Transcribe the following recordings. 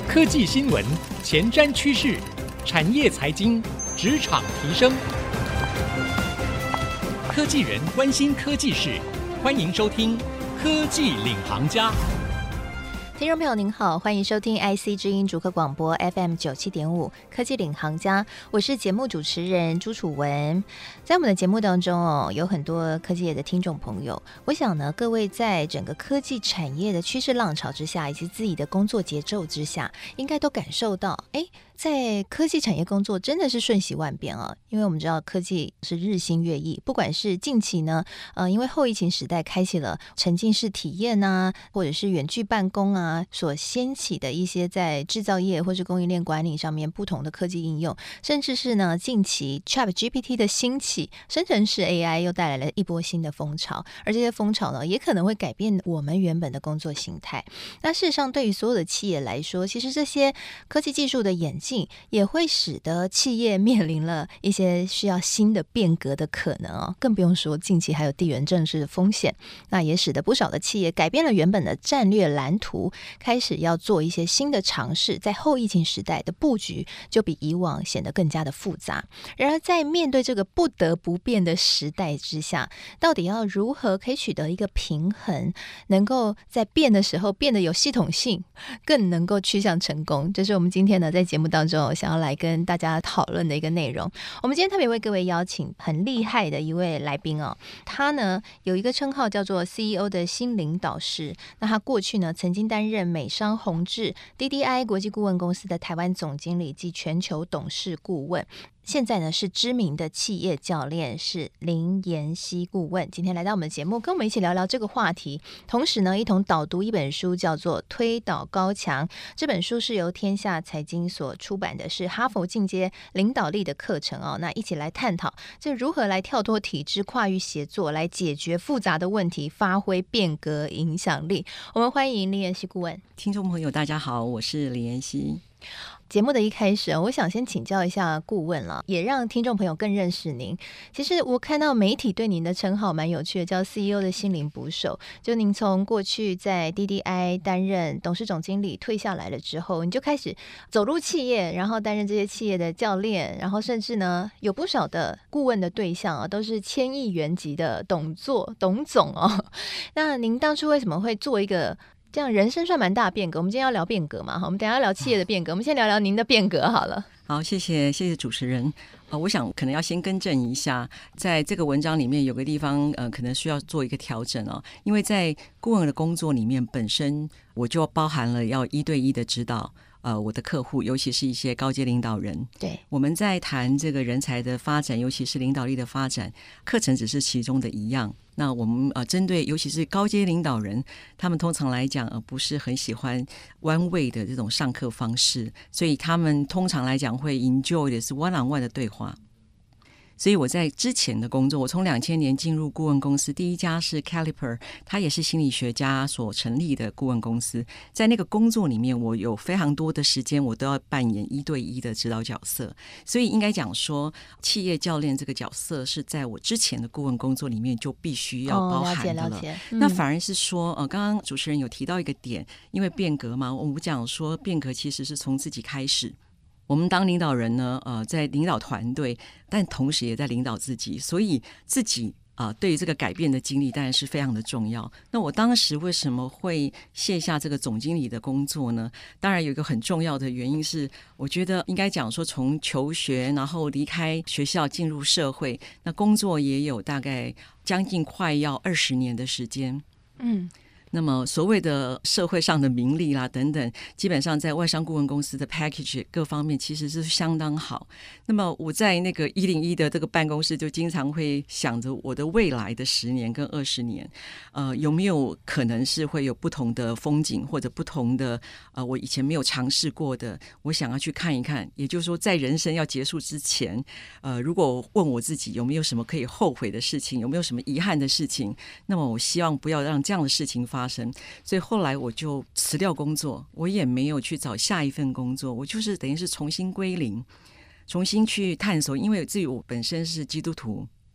科技新闻、前瞻趋势、产业财经、职场提升，科技人关心科技事，欢迎收听《科技领航家》。 听众朋友您好，欢迎收听 IC 之音竹科广播 FM 97.5科技领航家，我是节目主持人朱楚文。在我们的节目当中有很多科技业的听众朋友，我想呢，各位在整个科技产业的趋势浪潮之下，以及自己的工作节奏之下，应该都感受到，在科技产业工作真的是瞬息万变啊！因为我们知道科技是日新月异，不管是近期呢，因为后疫情时代开启了沉浸式体验啊，或者是远距办公啊，所掀起的一些在制造业或是供应链管理上面不同的科技应用，甚至是呢近期 ChatGPT 的兴起，生成式 AI 又带来了一波新的风潮，而这些风潮呢，也可能会改变我们原本的工作形态。那事实上，对于所有的企业来说，其实这些科技技术的演进也会使得企业面临了一些需要新的变革的可能哦，更不用说近期还有地缘政治的风险，那也使得不少的企业改变了原本的战略蓝图，开始要做一些新的尝试，在后疫情时代的布局就比以往显得更加的复杂。然而在面对这个不得不变的时代之下，到底要如何可以取得一个平衡，能够在变的时候变得有系统性，更能够趋向成功，这是我们今天呢在节目当中想要来跟大家讨论的一个内容。我们今天特别为各位邀请很厉害的一位来宾哦，他呢有一个称号叫做 CEO 的新领导师。那他过去呢曾经担任美商宏志 DDI 国际顾问公司的台湾总经理及全球董事顾问，现在呢是知名的企业教练，是林妍希顾问。今天来到我们的节目，跟我们一起聊聊这个话题，同时呢一同导读一本书，叫做《推倒高墙》。这本书是由天下财经所出版的，是哈佛进阶领导力的课程哦。那一起来探讨这如何来跳脱体制，跨域协作，来解决复杂的问题，发挥变革影响力。我们欢迎林妍希顾问。 听众朋友大家好，我是林妍希。 节目的一开始，我想先请教一下顾问了，也让听众朋友更认识您。其实我看到媒体对您的称号蛮有趣的，叫 CEO 的心灵捕手。就您从过去在 DDI 担任董事总经理退下来了之后，你就开始走入企业，然后担任这些企业的教练，然后甚至呢有不少的顾问的对象都是1000亿元级的董总哦。那您当初为什么会做一个这样人生算蛮大的变革？我们今天要聊变革嘛，我们等一下要聊企业的变革，我们先聊聊您的变革好了。 好，谢谢主持人。我想可能要先更正一下，在这个文章里面有个地方可能需要做一个调整哦，因为在顾问的工作里面本身我就包含了要1对1的指导我的客户，尤其是一些高阶领导人。 对， 我们在谈这个人才的发展，尤其是领导力的发展，课程只是其中的一样。那我们针对尤其是高阶领导人，他们通常来讲不是很喜欢one way的这种上课方式，所以他们通常来讲会 enjoy 的是 one on one 的对话。所以我在之前的工作，我从2000年进入顾问公司，第一家是 Caliper， 它也是心理学家所成立的顾问公司。在那个工作里面，我有非常多的时间我都要扮演1对1的指导角色，所以应该讲说企业教练这个角色是在我之前的顾问工作里面就必须要包含的了。 了解。 那反而是说刚刚主持人有提到一个点，因为变革嘛，我们讲说变革其实是从自己开始。我们当领导人呢，在领导团队，但同时也在领导自己，所以自己对于这个改变的经历当然是非常的重要。那我当时为什么会卸下这个总经理的工作呢？当然有一个很重要的原因是，我觉得应该讲说从求学，然后离开学校进入社会，那工作也有大概将近快要20年的时间。那么所谓的社会上的名利啦等等，基本上在外商顾问公司的 package 各方面其实是相当好。那么我在那个101的这个办公室就经常会想着我的未来的10年跟20年有没有可能是会有不同的风景，或者不同的我以前没有尝试过的，我想要去看一看。也就是说在人生要结束之前如果问我自己有没有什么可以后悔的事情，有没有什么遗憾的事情，那么我希望不要让这样的事情发生。所以后来我就辞掉工作，我也没有去找下一份工作，我就是等于是重新归零，重新去探索。因为至于我本身是基督徒，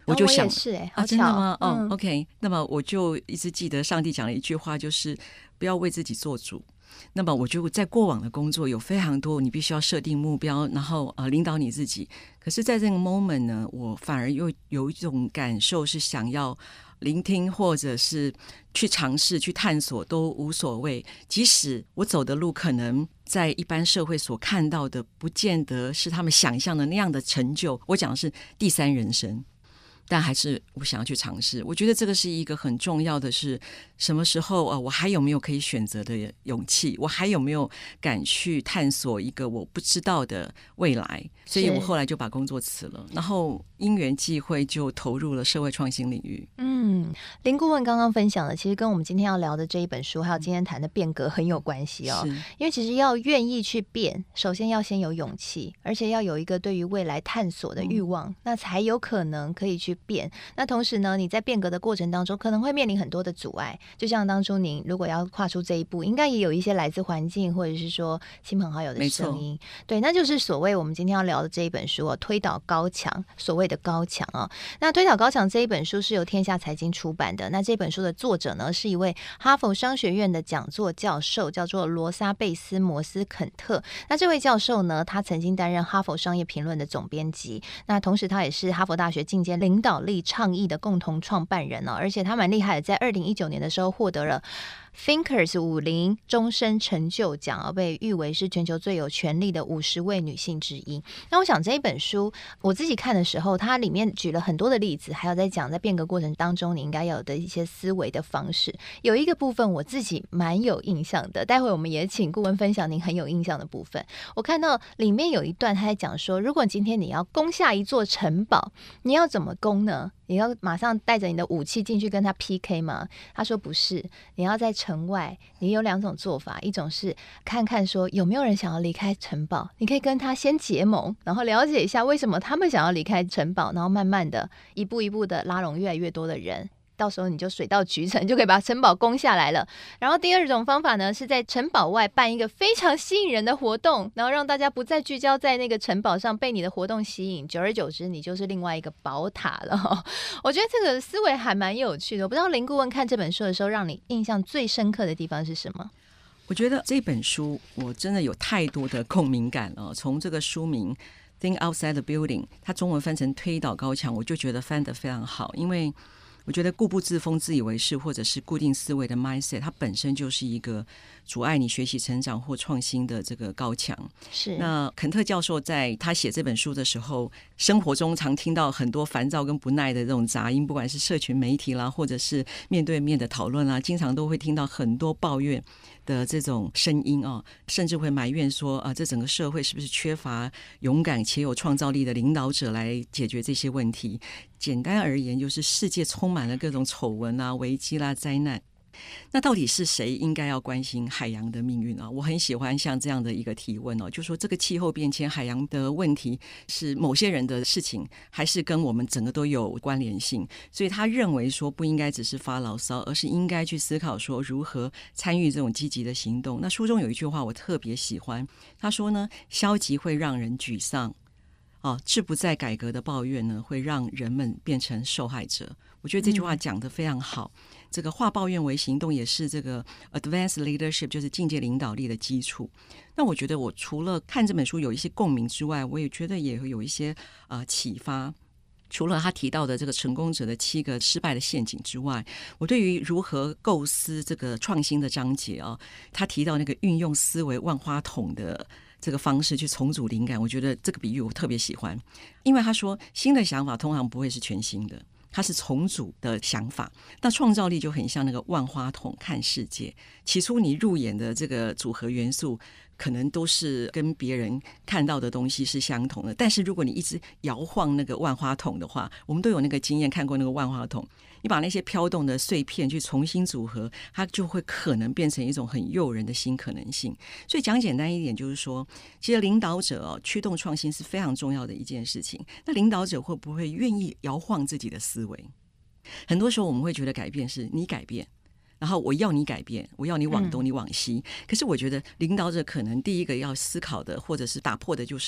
我就想我也是好巧真的吗？OK， 那么我就一直记得上帝讲了一句话，就是不要为自己做主。那么我就在过往的工作有非常多，你必须要设定目标，然后领导你自己。可是在这个 moment 呢，我反而又有一种感受，是想要聆听或者是去尝试去探索都无所谓，即使我走的路可能在一般社会所看到的不见得是他们想象的那样的成就，我讲的是第三人生，但还是我想要去尝试。我觉得这个是一个很重要的，是什么时候我还有没有可以选择的勇气，我还有没有敢去探索一个我不知道的未来。所以我后来就把工作辞了，然后因缘际会就投入了社会创新领域。 林顾问刚刚分享的其实跟我们今天要聊的这一本书还有今天谈的变革很有关系因为其实要愿意去变，首先要先有勇气，而且要有一个对于未来探索的欲望，那才有可能可以去变。那同时呢，你在变革的过程当中可能会面临很多的阻碍，就像当初您如果要跨出这一步，应该也有一些来自环境或者是说亲朋好友的声音，对，那就是所谓我们今天要聊的这一本书推倒高墙，所谓的高墙那推倒高墙这一本书是由天下财经出版的，那这本书的作者呢是一位哈佛商学院的讲座教授，叫做罗莎贝斯摩斯肯特。那这位教授呢，他曾经担任哈佛商业评论的总编辑，那同时他也是哈佛大学进阶领导力倡议的共同创办人而且他蛮厉害的，在2019年的时候获得了Thinkers 50终身成就奖，被誉为是全球最有权力的50位女性之一。那我想这一本书我自己看的时候，它里面举了很多的例子，还有在讲在变革过程当中你应该有的一些思维的方式。有一个部分我自己蛮有印象的，待会我们也请顾问分享您很有印象的部分。我看到里面有一段他在讲说，如果今天你要攻下一座城堡，你要怎么攻呢？你要马上带着你的武器进去跟他 PK 吗？他说不是，你要在城外，你有2种做法，一种是看看说有没有人想要离开城堡，你可以跟他先结盟，然后了解一下为什么他们想要离开城堡，然后慢慢的一步一步的拉拢越来越多的人，到时候你就水到渠成，就可以把城堡攻下来了。然后第2种方法呢，是在城堡外办一个非常吸引人的活动，然后让大家不再聚焦在那个城堡上，被你的活动吸引，久而久之你就是另外一个宝塔了我觉得这个思维还蛮有趣的。我不知道林顾问看这本书的时候让你印象最深刻的地方是什么？ 我觉得这本书我真的有太多的共鸣感了。从这个书名 Think Outside the Building， 它中文翻成推倒高墙，我就觉得翻得非常好。因为我觉得固步自封、自以为是，或者是固定思维的 mindset， 它本身就是一个阻碍你学习成长或创新的这个高墙。 是。 那肯特教授在他写这本书的时候，生活中常听到很多烦躁跟不耐的这种杂音，不管是社群媒体啦，或者是面对面的讨论啦，经常都会听到很多抱怨的这种声音甚至会埋怨说这整个社会是不是缺乏勇敢且有创造力的领导者来解决这些问题。简单而言，就是世界充满了各种丑闻啊、危机啦、灾难。那到底是谁应该要关心海洋的命运我很喜欢像这样的一个提问就说这个气候变迁、海洋的问题是某些人的事情，还是跟我们整个都有关联性？所以他认为说不应该只是发牢骚，而是应该去思考说如何参与这种积极的行动。那书中有一句话我特别喜欢，他说呢，消极会让人沮丧志不在改革的抱怨呢，会让人们变成受害者。我觉得这句话讲得非常好。这个化抱怨为行动也是这个 advanced leadership， 就是进阶领导力的基础。那我觉得我除了看这本书有一些共鸣之外，我也觉得也有一些启发。除了他提到的这个成功者的7个失败的陷阱之外，我对于如何构思这个创新的章节他提到那个运用思维万花筒的这个方式去重组灵感，我觉得这个比喻我特别喜欢。因为他说新的想法通常不会是全新的，它是重组的想法。那创造力就很像那个万花筒看世界，起初你入眼的这个组合元素可能都是跟别人看到的东西是相同的，但是如果你一直摇晃那个万花筒的话，我们都有那个经验，看过那个万花筒，你把那些飘动的碎片去重新组合，它就会可能变成一种很诱人的新可能性。所以讲简单一点就是说，其实领导者驱动创新是非常重要的一件事情。那领导者会不会愿意摇晃自己的思维？很多时候我们会觉得改变是你改变，然后我要你改变，我要你往东你往西可是我觉得领导者可能第一个要思考的或者是打破的就是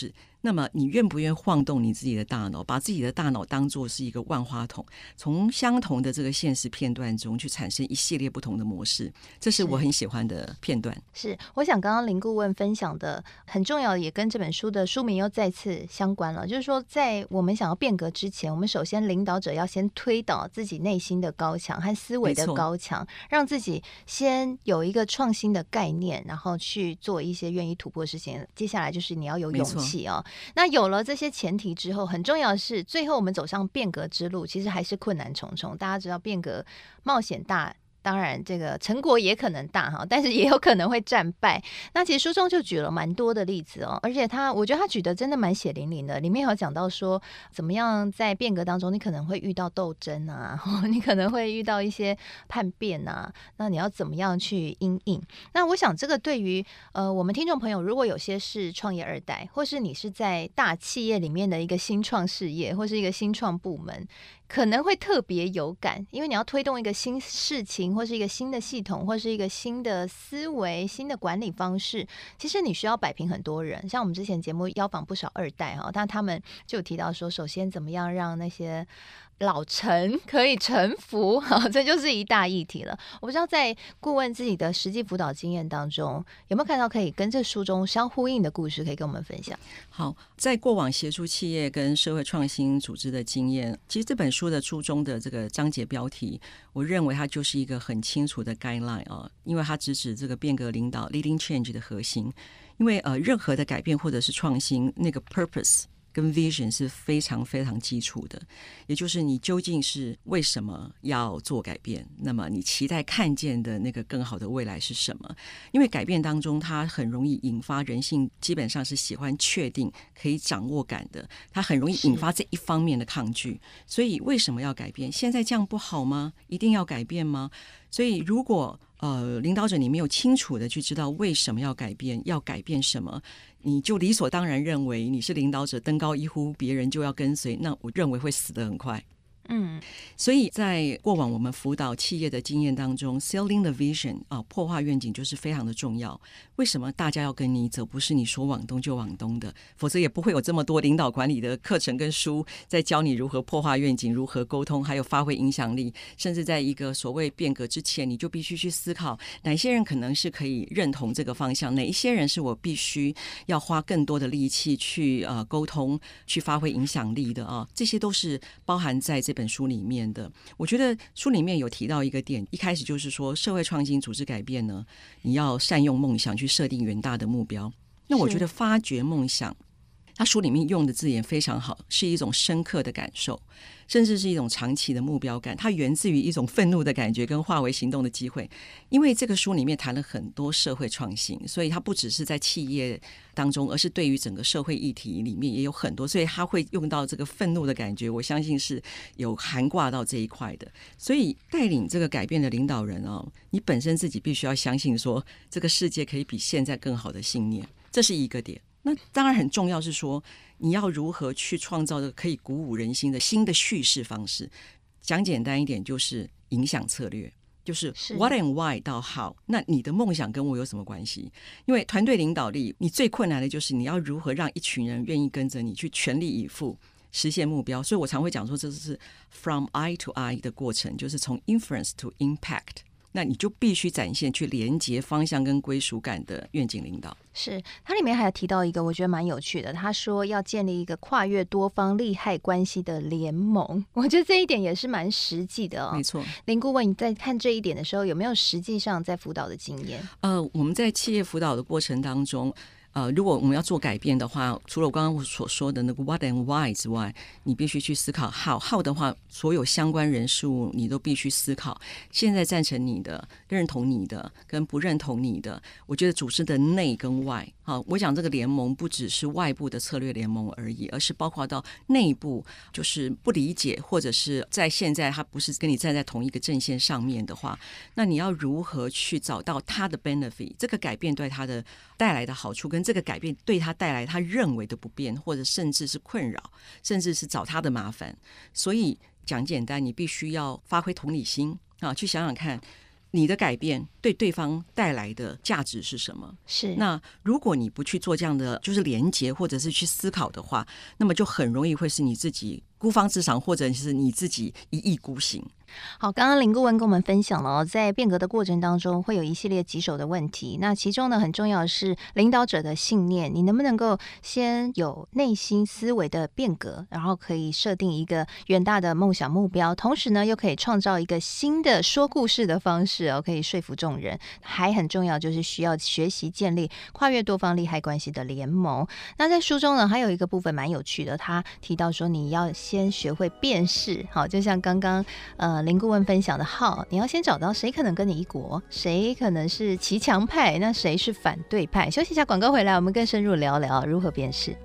那么你愿不愿意晃动你自己的大脑，把自己的大脑当作是一个万花筒，从相同的这个现实片段中去产生一系列不同的模式，这是我很喜欢的片段。 是，我想刚刚林顾问分享的很重要，也跟这本书的书名又再次相关了，就是说在我们想要变革之前，我们首先领导者要先推倒自己内心的高墙和思维的高墙，让自己先有一个创新的概念，然后去做一些愿意突破的事情。接下来就是你要有勇气哦。那有了这些前提之后，很重要的是最后我们走上变革之路，其实还是困难重重。大家知道变革冒险大，当然这个成果也可能大哈，但是也有可能会战败。那其实书中就举了蛮多的例子哦，而且我觉得他举的真的蛮血淋淋的。里面有讲到说怎么样在变革当中你可能会遇到斗争啊，你可能会遇到一些叛变啊，那你要怎么样去因应。那我想这个对于我们听众朋友，如果有些是创业二代，或是你是在大企业里面的一个新创事业，或是一个新创部门，可能会特别有感，因为你要推动一个新事情，或是一个新的系统，或是一个新的思维、新的管理方式，其实你需要摆平很多人。像我们之前节目邀访不少二代哈，但他们就有提到说，首先怎么样让那些老臣可以臣服，这就是一大议题了。我不知道在顾问自己的实际辅导经验当中，有没有看到可以跟这书中相呼应的故事，可以跟我们分享？ 好，在过往协助企业跟社会创新组织的经验，其实这本书的初衷的这个章节标题，我认为它就是一个很清楚的 guideline 啊，因为它直指这个变革领导 leading change 的核心。因为任何的改变或者是创新，那个 purpose跟 vision 是非常非常基础的，也就是你究竟是为什么要做改变，那么你期待看见的那个更好的未来是什么。因为改变当中它很容易引发人性基本上是喜欢确定可以掌握感的，它很容易引发这一方面的抗拒。所以为什么要改变？现在这样不好吗？一定要改变吗？所以如果领导者你没有清楚的去知道为什么要改变，要改变什么，你就理所当然认为你是领导者，登高一呼别人就要跟随，那我认为会死得很快。所以在过往我们辅导企业的经验当中 Selling the Vision 破坏愿景就是非常的重要。为什么大家要跟你走？不是你说往东就往东的，否则也不会有这么多领导管理的课程跟书在教你如何破坏愿景，如何沟通，还有发挥影响力。甚至在一个所谓变革之前，你就必须去思考哪些人可能是可以认同这个方向，哪一些人是我必须要花更多的力气去沟通，去发挥影响力的啊，这些都是包含在这本书里面的。我觉得书里面有提到一个点，一开始就是说社会创新组织改变呢，你要善用梦想去设定远大的目标。那我觉得发掘梦想，他书里面用的字眼非常好，是一种深刻的感受，甚至是一种长期的目标感，它源自于一种愤怒的感觉跟化为行动的机会。因为这个书里面谈了很多社会创新，所以它不只是在企业当中，而是对于整个社会议题里面也有很多，所以它会用到这个愤怒的感觉，我相信是有涵挂到这一块的。所以带领这个改变的领导人你本身自己必须要相信说这个世界可以比现在更好的信念，这是一个点。那当然很重要是说你要如何去创造这个可以鼓舞人心的新的叙事方式。讲简单一点就是影响策略，就是 what and why 到 how。 那你的梦想跟我有什么关系？因为团队领导力你最困难的就是你要如何让一群人愿意跟着你去全力以赴实现目标。所以我常会讲说这是 from I to I 的过程，就是从 influence to impact。那你就必须展现去连接方向跟归属感的愿景领导。 是，它里面还有提到一个我觉得蛮有趣的，他说要建立一个跨越多方利害关系的联盟。我觉得这一点也是蛮实际的没错。 林顾问，你在看这一点的时候有没有实际上在辅导的经验？ 我们在企业辅导的过程当中，如果我们要做改变的话，除了我刚刚所说的那个 what and why 之外，你必须去思考 how 的话，所有相关人事物你都必须思考。现在赞成你的、认同你的跟不认同你的，我觉得组织的内跟外。我讲这个联盟不只是外部的策略联盟而已，而是包括到内部，就是不理解或者是在现在他不是跟你站在同一个阵线上面的话，那你要如何去找到他的 benefit， 这个改变对他的带来的好处，跟这个改变对他带来他认为的不便，或者甚至是困扰，甚至是找他的麻烦。所以讲简单，你必须要发挥同理心去想想看， 你的改变对对方带来的价值是什么？ 是。 那如果你不去做这样的就是连结或者是去思考的话，那么就很容易会是你自己孤芳自赏，或者是你自己一意孤行。 好，刚刚林顾问跟我们分享了在变革的过程当中会有一系列棘手的问题，那其中呢很重要的是领导者的信念，你能不能够先有内心思维的变革，然后可以设定一个远大的梦想目标，同时呢又可以创造一个新的说故事的方式可以说服众人，还很重要就是需要学习建立跨越多方利害关系的联盟。那在书中呢还有一个部分蛮有趣的，他提到说你要先学会辨识，好，就像刚刚林顾问分享的你要先找到谁可能跟你一国，谁可能是骑墙派，那谁是反对派。休息一下广告回来，我们更深入聊聊如何辨识。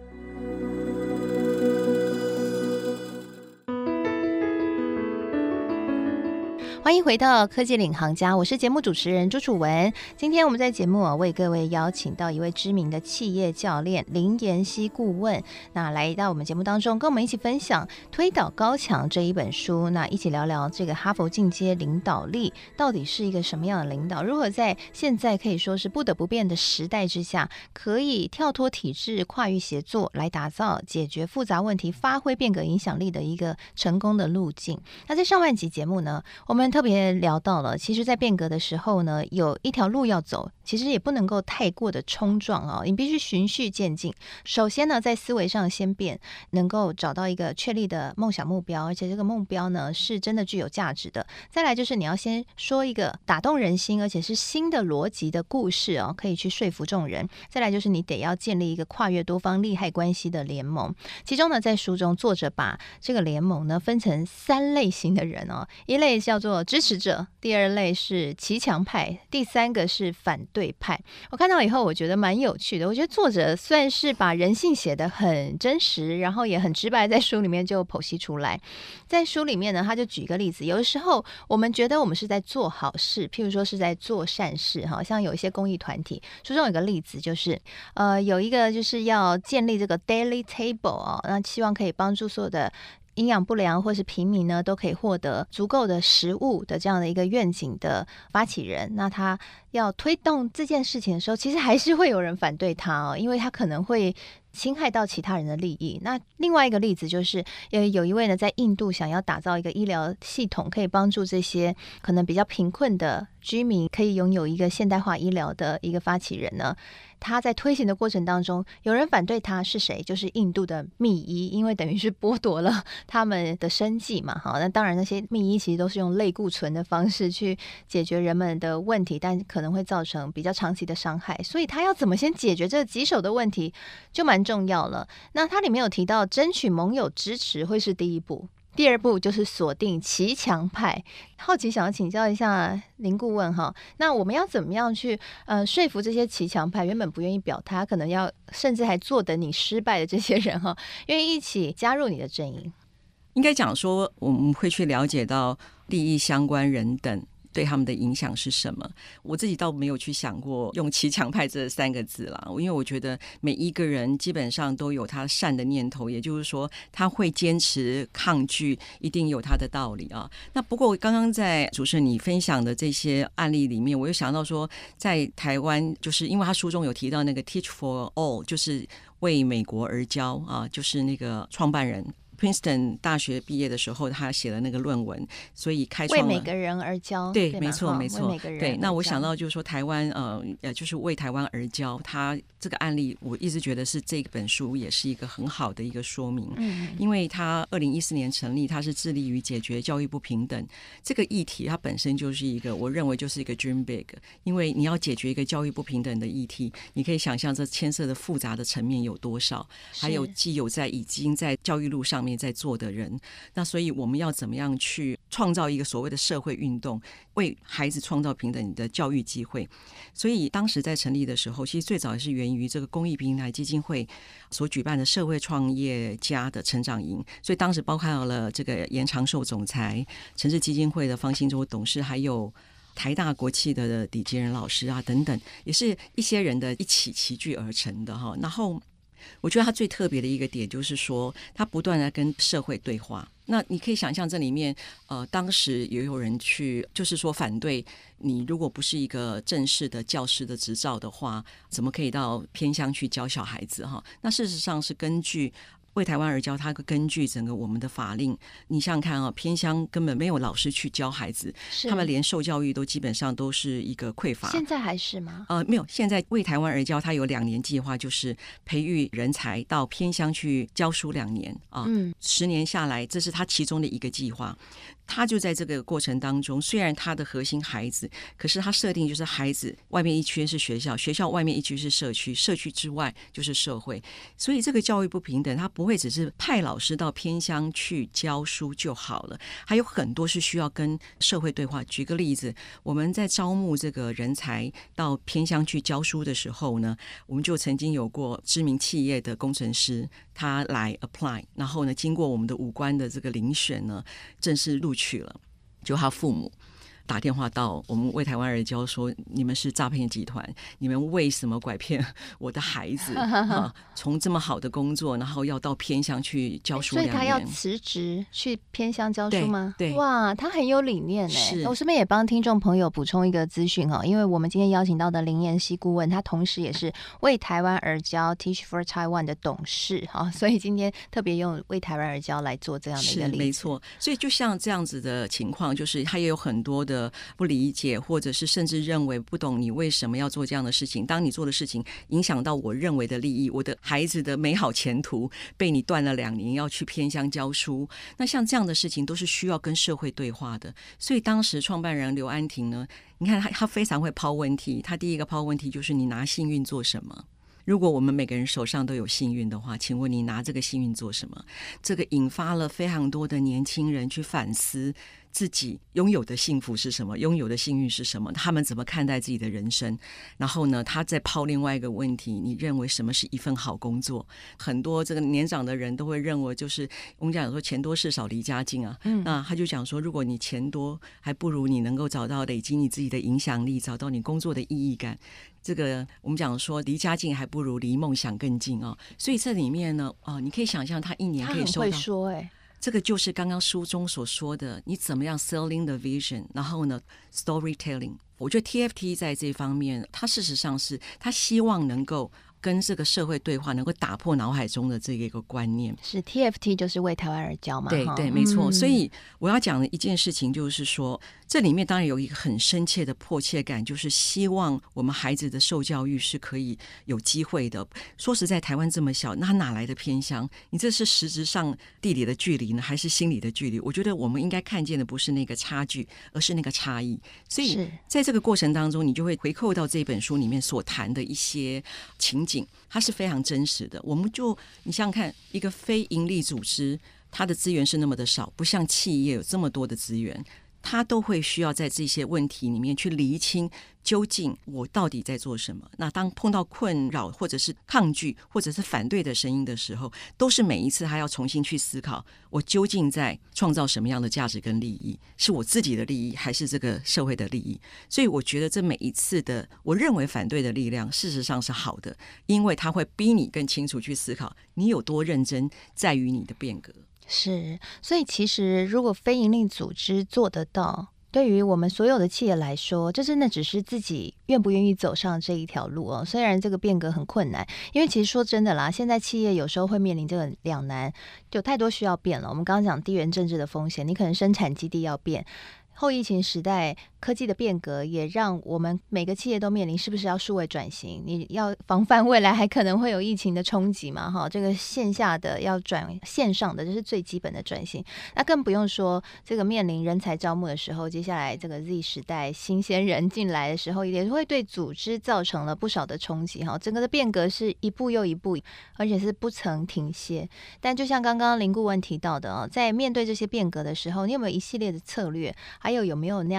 欢迎回到科技领航家，我是节目主持人朱楚文。今天我们在节目为各位邀请到一位知名的企业教练林妍希顾问，那来到我们节目当中跟我们一起分享《推倒高墙》这一本书，那一起聊聊这个哈佛进阶领导力到底是一个什么样的领导，如何在现在可以说是不得不变的时代之下，可以跳脱体制，跨域协作来打造解决复杂问题，发挥变革影响力的一个成功的路径。那在上半集节目呢，我们特别聊到了，其实在变革的时候呢，有一条路要走，其实也不能够太过的冲撞你必须循序渐进。首先呢，在思维上先变，能够找到一个确立的梦想目标，而且这个目标呢是真的具有价值的。再来就是你要先说一个打动人心而且是新的逻辑的故事可以去说服众人。再来就是你得要建立一个跨越多方利害关系的联盟。其中呢，在书中作者把这个联盟呢分成3类型的人一类叫做支持者，第2类是骑墙派，第3个是反对派。我看到以后我觉得蛮有趣的，我觉得作者算是把人性写得很真实，然后也很直白，在书里面就剖析出来。在书里面呢，他就举一个例子，有的时候我们觉得我们是在做好事，譬如说是在做善事，好像有一些公益团体，书中有个例子就是有一个就是要建立这个 daily table 那希望可以帮助所有的营养不良或是平民呢都可以获得足够的食物的这样的一个愿景的发起人，那他要推动这件事情的时候，其实还是会有人反对他因为他可能会侵害到其他人的利益。那另外一个例子就是有一位呢在印度想要打造一个医疗系统，可以帮助这些可能比较贫困的居民可以拥有一个现代化医疗的一个发起人呢，他在推行的过程当中，有人反对他，是谁？就是印度的密医，因为等于是剥夺了他们的生计嘛。好，那当然那些密医其实都是用类固醇的方式去解决人们的问题，但可能会造成比较长期的伤害，所以他要怎么先解决这个棘手的问题就蛮重要了。那他里面有提到争取盟友支持会是第一步，第2步就是锁定骑墙派。好奇想要请教一下林顾问那我们要怎么样去说服这些骑墙派原本不愿意表态，可能要甚至还坐等你失败的这些人愿意一起加入你的阵营？ 应该讲说我们会去了解到利益相关人等对他们的影响是什么。我自己倒没有去想过用骑墙派这3个字啦，因为我觉得每一个人基本上都有他善的念头，也就是说他会坚持抗拒一定有他的道理那不过刚刚在主持人你分享的这些案例里面，我又想到说在台湾，就是因为他书中有提到那个 Teach for All， 就是为美国而教就是那个创办人Princeton 大学毕业的时候，他写了那个论文，所以开创了为每个人而教。 对，没错没错。对，那我想到就是说台湾就是为台湾而教，他这个案例我一直觉得是这本书也是一个很好的一个说明。因为他2014年成立，他是致力于解决教育不平等这个议题，它本身就是一个我认为就是一个 dream big， 因为你要解决一个教育不平等的议题，你可以想象这牵涉的复杂的层面有多少，还有既有已经在教育路上面在做的人，那所以我们要怎么样去创造一个所谓的社会运动，为孩子创造平等的教育机会。所以当时在成立的时候，其实最早也是源于这个公益平台基金会所举办的社会创业家的成长营，所以当时包括了这个严长寿总裁、城市基金会的方兴洲董事，还有台大国企的李杰仁老师等等，也是一些人的一起齐聚而成的然后我觉得它最特别的一个点就是说，它不断的跟社会对话。那你可以想象这里面，当时也有人去，就是说反对你，如果不是一个正式的教师的执照的话，怎么可以到偏乡去教小孩子哈？那事实上是根据为台湾而教，它根据整个我们的法令，你想想看啊，偏乡根本没有老师去教孩子，他们连受教育都基本上都是一个匮乏。 现在还是吗？ 没有，现在为台湾而教，它有2年计划，就是培育人才到偏乡去教书2年啊，10年下来，这是他其中的一个计划。他就在这个过程当中，虽然他的核心孩子，可是他设定就是孩子外面一圈是学校，学校外面一区是社区，社区之外就是社会。所以这个教育不平等，他不会只是派老师到偏乡去教书就好了，还有很多是需要跟社会对话。举个例子，我们在招募这个人才到偏乡去教书的时候呢，我们就曾经有过知名企业的工程师他来 apply， 然后呢经过我们的5关的这个遴选呢，正式录取了。就他父母打电话到我们为台湾而教，说你们是诈骗集团，你们为什么拐骗我的孩子从这么好的工作，然后要到偏乡去教书2年， 所以他要辞职去偏乡教书吗？ 对， 哇，他很有理念耶。我顺便也帮听众朋友补充一个资讯，因为我们今天邀请到的林妍希顾问，他同时也是为台湾而教 Teach for Taiwan 的董事，所以今天特别用为台湾而教来做这样的一个例子。 没错，所以就像这样子的情况，就是他也有很多的不理解，或者是甚至认为不懂你为什么要做这样的事情。当你做的事情影响到我认为的利益，我的孩子的美好前途被你断了2年，要去偏乡教书，那像这样的事情都是需要跟社会对话的。所以当时创办人刘安婷呢，你看他非常会抛问题。他第一个抛问题就是你拿幸运做什么？如果我们每个人手上都有幸运的话，请问你拿这个幸运做什么？这个引发了非常多的年轻人去反思自己拥有的幸福是什么，拥有的幸运是什么，他们怎么看待自己的人生。然后呢，他再抛另外一个问题，你认为什么是一份好工作？很多这个年长的人都会认为，就是我们讲说钱多事少离家近啊，那他就讲说，如果你钱多，还不如你能够找到累积你自己的影响力，找到你工作的意义感。这个我们讲说离家近还不如离梦想更近啊，所以这里面呢，你可以想象他1年可以收到，他很会说这个就是刚刚书中所说的，你怎么样 selling the vision， 然后呢 storytelling。 我觉得 TFT 在这方面，他事实上是他希望能够跟这个社会对话，能够打破脑海中的这个观念。 是 TFT 就是为台湾而教嘛？ 对，没错。所以我要讲的一件事情就是说，这里面当然有一个很深切的迫切感，就是希望我们孩子的受教育是可以有机会的。说实在，台湾这么小，那哪来的偏乡？你这是实质上地理的距离呢，还是心理的距离？我觉得我们应该看见的不是那个差距，而是那个差异。所以在这个过程当中，你就会回扣到这本书里面所谈的一些情景，它是非常真实的。我们就你想想看，一个非营利组织，它的资源是那么的少，不像企业有这么多的资源，它都会需要在这些问题里面去厘清究竟我到底在做什么。那当碰到困扰或者是抗拒或者是反对的声音的时候，都是每一次他要重新去思考，我究竟在创造什么样的价值跟利益，是我自己的利益还是这个社会的利益。所以我觉得这每一次的我认为反对的力量事实上是好的，因为它会逼你更清楚去思考你有多认真在于你的变革。 是，所以其实如果非营利组织做得到，对于我们所有的企业来说，这真的只是自己愿不愿意走上这一条路虽然这个变革很困难，因为其实说真的啦，现在企业有时候会面临这个两难，有太多需要变了。我们刚刚讲地缘政治的风险，你可能生产基地要变，后疫情时代科技的变革也让我们每个企业都面临是不是要数位转型，你要防范未来还可能会有疫情的冲击嘛，这个线下的要转线上的，这是最基本的转型。那更不用说这个面临人才招募的时候，接下来这个 Z 时代新鲜人进来的时候，也会对组织造成了不少的冲击。整个的变革是一步又一步，而且是不曾停歇。但就像刚刚林顾问提到的在面对这些变革的时候，你有没有一系列的策略，还有没有那样的决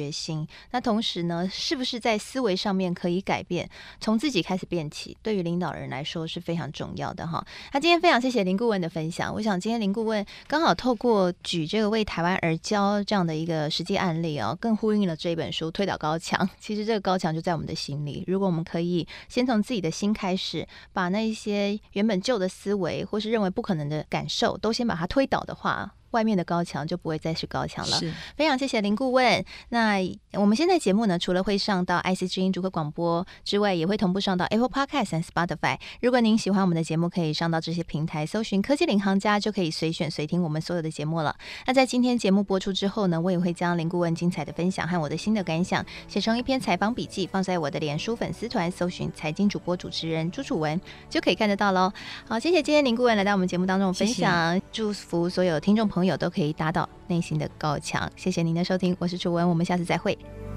决心。那同时呢，是不是在思维上面可以改变，从自己开始变起，对于领导人来说是非常重要的哈。那今天非常谢谢林顾问的分享，我想今天林顾问刚好透过举这个为台湾而教这样的一个实际案例哦，更呼应了这一本书《推倒高墙》。其实这个高墙就在我们的心里，如果我们可以先从自己的心开始，把那一些原本旧的思维或是认为不可能的感受都先把它推倒的话，外面的高墙就不会再是高墙了。非常谢谢林顾问。那我们现在节目呢，除了会上到 IC 之音逐客广播之外，也会同步上到 Apple Podcast 和 Spotify。如果您喜欢我们的节目，可以上到这些平台搜寻科技领航家，就可以随选随听我们所有的节目了。那在今天节目播出之后呢，我也会将林顾问精彩的分享和我的心得感想写成一篇采访笔记，放在我的脸书粉丝团，搜寻财经主播主持人朱楚文就可以看得到咯。好，谢谢今天林顾问来到我们节目当中分享，谢谢，祝福所有听众朋友都可以达到内心的高墙。谢谢您的收听，我是楚文，我们下次再会。